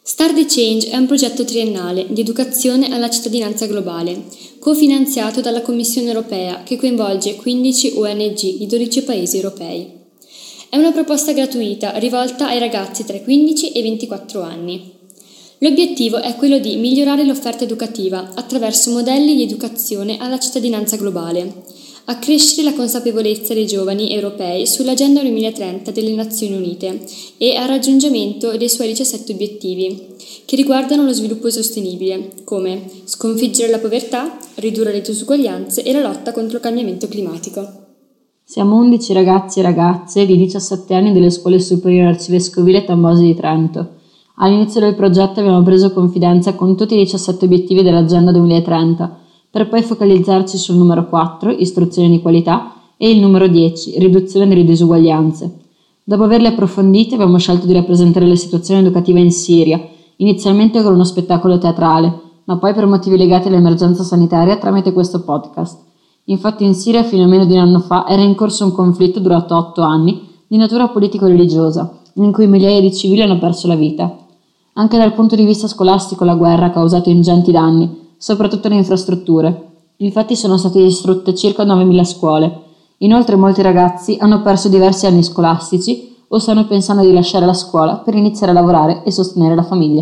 Start the Change è un progetto triennale di educazione alla cittadinanza globale, cofinanziato dalla Commissione europea che coinvolge 15 ONG di 12 paesi europei. È una proposta gratuita rivolta ai ragazzi tra i 15 e i 24 anni. L'obiettivo è quello di migliorare l'offerta educativa attraverso modelli di educazione alla cittadinanza globale, accrescere la consapevolezza dei giovani europei sull'Agenda 2030 delle Nazioni Unite e al raggiungimento dei suoi 17 obiettivi, che riguardano lo sviluppo sostenibile, come sconfiggere la povertà, ridurre le disuguaglianze e la lotta contro il cambiamento climatico. Siamo 11 ragazzi e ragazze di 17 anni delle scuole superiori arcivescovile Tambosi di Trento. All'inizio del progetto abbiamo preso confidenza con tutti i 17 obiettivi dell'Agenda 2030, per poi focalizzarci sul numero 4, istruzione di qualità, e il numero 10, riduzione delle disuguaglianze. Dopo averli approfonditi abbiamo scelto di rappresentare la situazione educativa in Siria, inizialmente con uno spettacolo teatrale, ma poi per motivi legati all'emergenza sanitaria tramite questo podcast. Infatti in Siria fino a meno di un anno fa era in corso un conflitto durato 8 anni di natura politico-religiosa, in cui migliaia di civili hanno perso la vita. Anche dal punto di vista scolastico la guerra ha causato ingenti danni, soprattutto le infrastrutture. Infatti sono state distrutte circa 9.000 scuole. Inoltre molti ragazzi hanno perso diversi anni scolastici o stanno pensando di lasciare la scuola per iniziare a lavorare e sostenere la famiglia.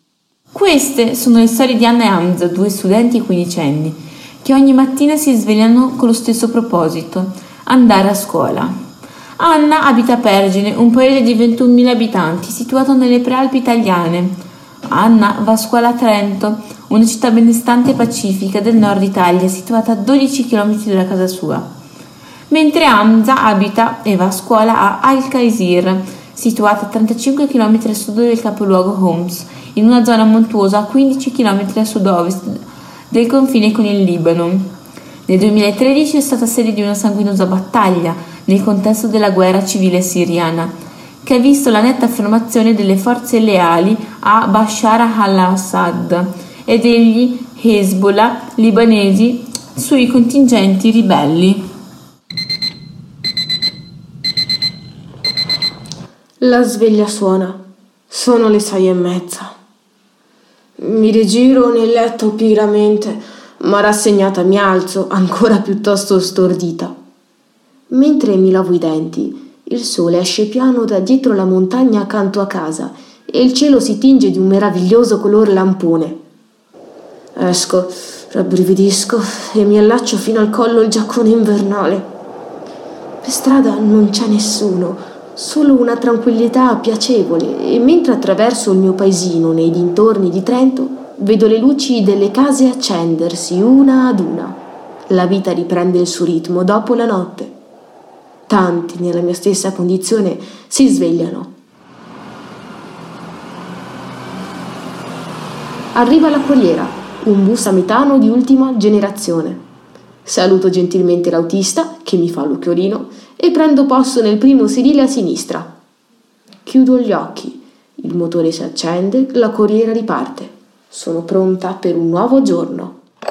Queste sono le storie di Anna e Hamza, due studenti quindicenni, che ogni mattina si svegliano con lo stesso proposito: andare a scuola. Anna abita a Pergine, un paese di 21.000 abitanti situato nelle prealpi italiane. Anna va a scuola a Trento, una città benestante e pacifica del nord Italia, situata a 12 km da casa sua. Mentre Hamza abita e va a scuola a Al-Khaizir, situata a 35 km a sud del capoluogo Homs, in una zona montuosa a 15 km a sud-ovest del confine con il Libano. Nel 2013 è stata sede di una sanguinosa battaglia nel contesto della guerra civile siriana, che ha visto la netta affermazione delle forze leali a Bashar al-Assad e degli Hezbollah libanesi sui contingenti ribelli. La sveglia suona. Sono le 6:30. Mi rigiro nel letto pigramente, ma rassegnata mi alzo, ancora piuttosto stordita. Mentre mi lavo i denti, il sole esce piano da dietro la montagna accanto a casa e il cielo si tinge di un meraviglioso color lampone. Esco, rabbrividisco e mi allaccio fino al collo il giaccone invernale. Per strada non c'è nessuno, solo una tranquillità piacevole, e mentre attraverso il mio paesino nei dintorni di Trento vedo le luci delle case accendersi una ad una. La vita riprende il suo ritmo dopo la notte. Tanti nella mia stessa condizione si svegliano. Arriva la corriera, un bus a metano di ultima generazione. Saluto gentilmente l'autista, che mi fa l'occhiolino, e prendo posto nel primo sedile a sinistra. Chiudo gli occhi, il motore si accende, la corriera riparte. Sono pronta per un nuovo giorno.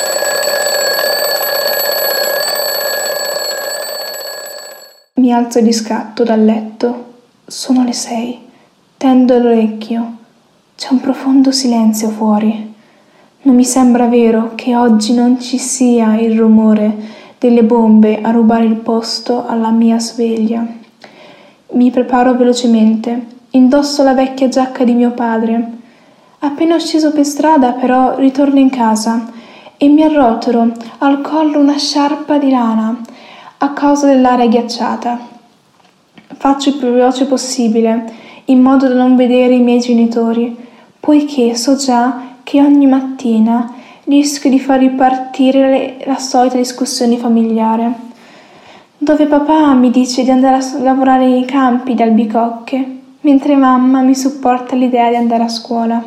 Mi alzo di scatto dal letto. Sono le 6. Tendo l'orecchio. C'è un profondo silenzio fuori. Non mi sembra vero che oggi non ci sia il rumore delle bombe a rubare il posto alla mia sveglia. Mi preparo velocemente. Indosso la vecchia giacca di mio padre. Appena sceso per strada, però, ritorno in casa e mi arrotolo al collo una sciarpa di lana a causa dell'aria ghiacciata. Faccio il più veloce possibile, in modo da non vedere i miei genitori, poiché so già che ogni mattina rischio di far ripartire la solita discussione familiare, dove papà mi dice di andare a lavorare nei campi di albicocche, mentre mamma mi supporta l'idea di andare a scuola.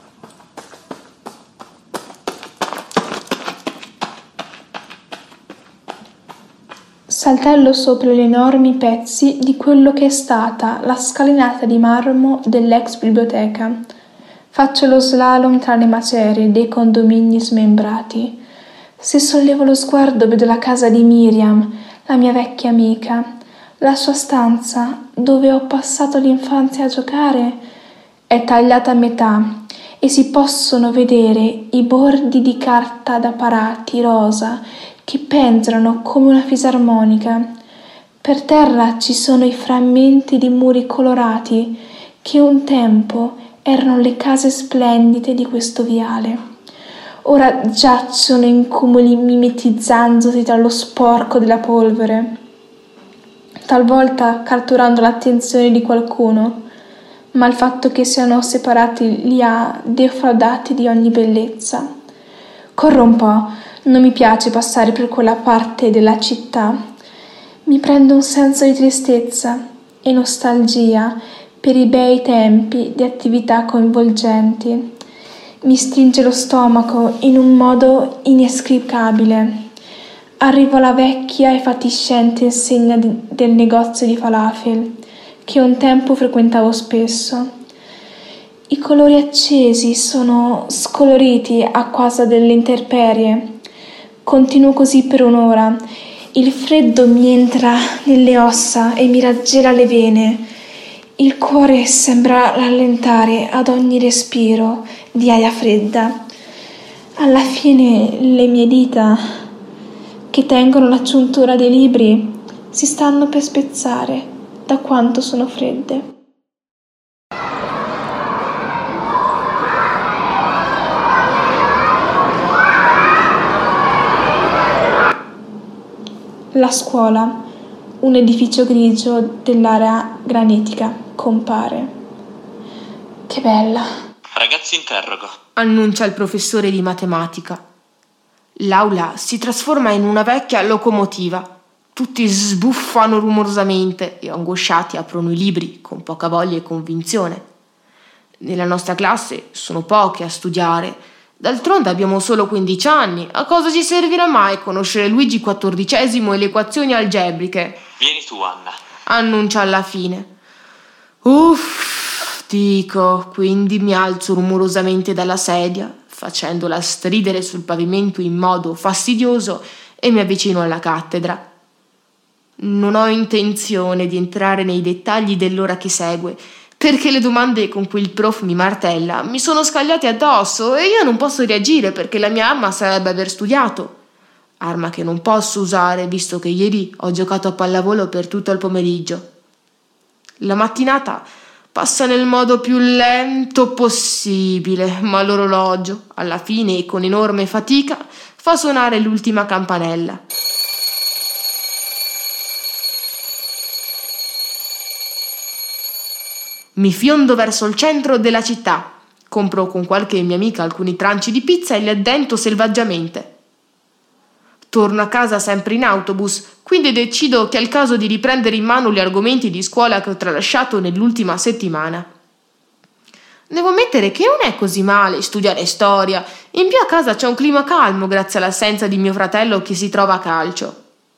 Saltello sopra gli enormi pezzi di quello che è stata la scalinata di marmo dell'ex biblioteca. Faccio lo slalom tra le macerie dei condomini smembrati. Se sollevo lo sguardo vedo la casa di Miriam, la mia vecchia amica. La sua stanza, dove ho passato l'infanzia a giocare, è tagliata a metà e si possono vedere i bordi di carta da parati rosa che pendolano come una fisarmonica. Per terra ci sono i frammenti di muri colorati che un tempo erano le case splendide di questo viale. Ora giacciono in cumuli mimetizzandosi tra lo sporco della polvere, talvolta catturando l'attenzione di qualcuno, ma il fatto che siano separati li ha defraudati di ogni bellezza. Corro un po', non mi piace passare per quella parte della città. Mi prende un senso di tristezza e nostalgia per i bei tempi di attività coinvolgenti. Mi stringe lo stomaco in un modo inesplicabile. Arrivo alla vecchia e fatiscente insegna del negozio di falafel che un tempo frequentavo spesso. I colori accesi sono scoloriti a causa delle intemperie. Continuo così per un'ora. Il freddo mi entra nelle ossa e mi raggela le vene. Il cuore sembra rallentare ad ogni respiro di aria fredda. Alla fine le mie dita, che tengono la giuntura dei libri, si stanno per spezzare da quanto sono fredde. La scuola, un edificio grigio dell'area granitica, compare. Che bella! Ragazzi, interrogo. Annuncia il professore di matematica. L'aula si trasforma in una vecchia locomotiva. Tutti sbuffano rumorosamente e angosciati aprono i libri con poca voglia e convinzione. Nella nostra classe sono pochi a studiare. D'altronde abbiamo solo 15 anni. A cosa ci servirà mai conoscere Luigi XIV e le equazioni algebriche? Vieni tu, Anna. Annuncia alla fine. Uff, dico, quindi mi alzo rumorosamente dalla sedia, facendola stridere sul pavimento in modo fastidioso, e mi avvicino alla cattedra. Non ho intenzione di entrare nei dettagli dell'ora che segue, perché le domande con cui il prof mi martella mi sono scagliate addosso e io non posso reagire perché la mia arma sarebbe aver studiato. Arma che non posso usare visto che ieri ho giocato a pallavolo per tutto il pomeriggio. La mattinata passa nel modo più lento possibile, ma l'orologio, alla fine e con enorme fatica, fa suonare l'ultima campanella. Mi fiondo verso il centro della città. Compro con qualche mia amica alcuni tranci di pizza e li addento selvaggiamente. Torno a casa sempre in autobus, quindi decido che è il caso di riprendere in mano gli argomenti di scuola che ho tralasciato nell'ultima settimana. Devo ammettere che non è così male studiare storia. In più a casa c'è un clima calmo grazie all'assenza di mio fratello che si trova a calcio.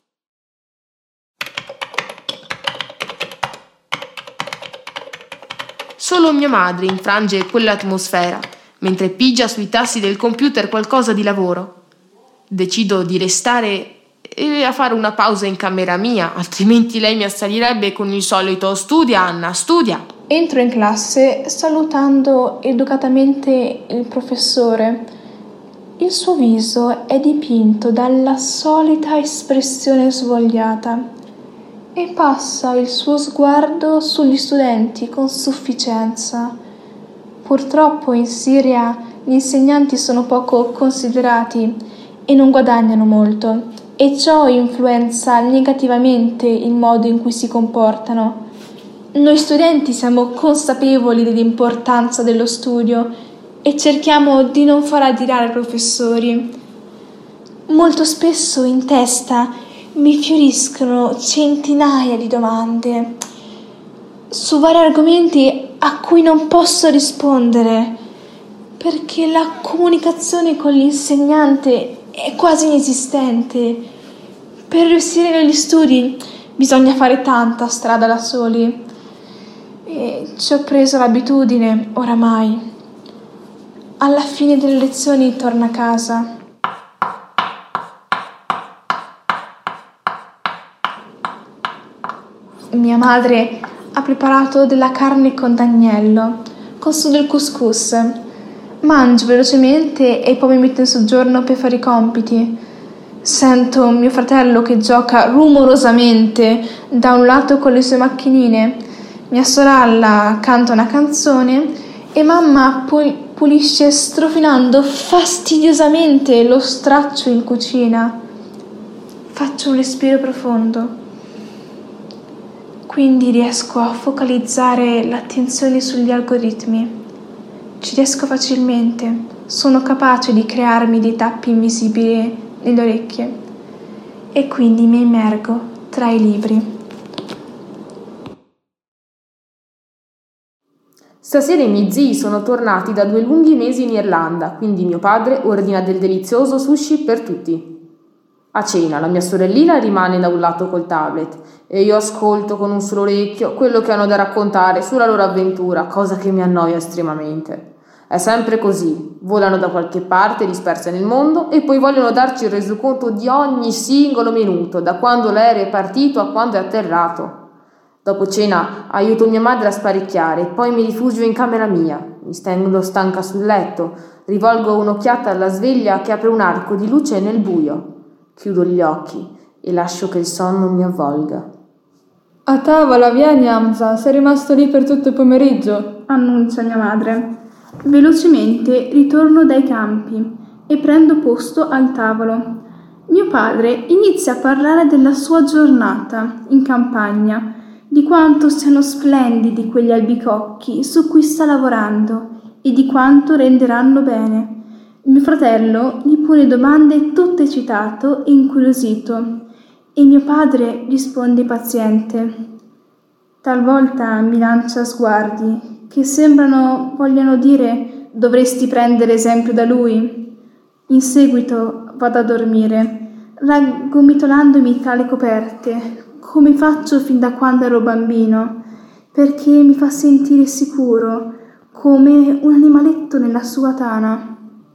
Solo mia madre infrange quell'atmosfera, mentre pigia sui tasti del computer qualcosa di lavoro. Decido di restare e a fare una pausa in camera mia, altrimenti lei mi assalirebbe con il solito «Studia, Anna, studia!». Entro in classe salutando educatamente il professore. Il suo viso è dipinto dalla solita espressione svogliata e passa il suo sguardo sugli studenti con sufficienza. Purtroppo in Siria gli insegnanti sono poco considerati e non guadagnano molto, e ciò influenza negativamente il modo in cui si comportano. Noi studenti siamo consapevoli dell'importanza dello studio e cerchiamo di non far adirare i professori. Molto spesso in testa mi fioriscono centinaia di domande su vari argomenti a cui non posso rispondere perché la comunicazione con l'insegnante è quasi inesistente. Per riuscire negli studi bisogna fare tanta strada da soli e ci ho preso l'abitudine oramai. Alla fine delle lezioni torno a casa. Mia madre ha preparato della carne con d'agnello, con su del couscous. Mangio velocemente e poi mi metto in soggiorno per fare i compiti. Sento mio fratello che gioca rumorosamente da un lato con le sue macchinine, mia sorella canta una canzone e mamma pulisce strofinando fastidiosamente lo straccio in cucina. Faccio un respiro profondo, quindi riesco a focalizzare l'attenzione sugli algoritmi. Ci riesco facilmente, sono capace di crearmi dei tappi invisibili nelle orecchie e quindi mi immergo tra i libri. Stasera i miei zii sono tornati da 2 lunghi mesi in Irlanda, quindi mio padre ordina del delizioso sushi per tutti. A cena la mia sorellina rimane da un lato col tablet e io ascolto con un solo orecchio quello che hanno da raccontare sulla loro avventura, cosa che mi annoia estremamente. È sempre così, volano da qualche parte disperse nel mondo e poi vogliono darci il resoconto di ogni singolo minuto, da quando l'aereo è partito a quando è atterrato. Dopo cena aiuto mia madre a sparecchiare, poi mi rifugio in camera mia, mi stendo stanca sul letto, rivolgo un'occhiata alla sveglia che apre un arco di luce nel buio. Chiudo gli occhi e lascio che il sonno mi avvolga. A tavola, vieni Hamza, sei rimasto lì per tutto il pomeriggio, annuncia mia madre. Velocemente ritorno dai campi e prendo posto al tavolo. Mio padre inizia a parlare della sua giornata in campagna, di quanto siano splendidi quegli albicocchi su cui sta lavorando e di quanto renderanno bene. Mio fratello gli pone domande tutto eccitato e incuriosito e mio padre risponde paziente. Talvolta mi lancia sguardi che vogliano dire dovresti prendere esempio da lui. In seguito vado a dormire, raggomitolandomi tra le coperte, come faccio fin da quando ero bambino, perché mi fa sentire sicuro, come un animaletto nella sua tana.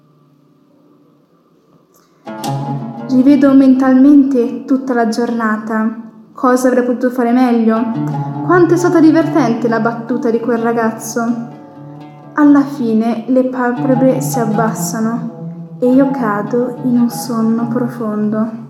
Rivedo mentalmente tutta la giornata. Cosa avrei potuto fare meglio? Quanto è stata divertente la battuta di quel ragazzo. Alla fine le palpebre si abbassano e io cado in un sonno profondo.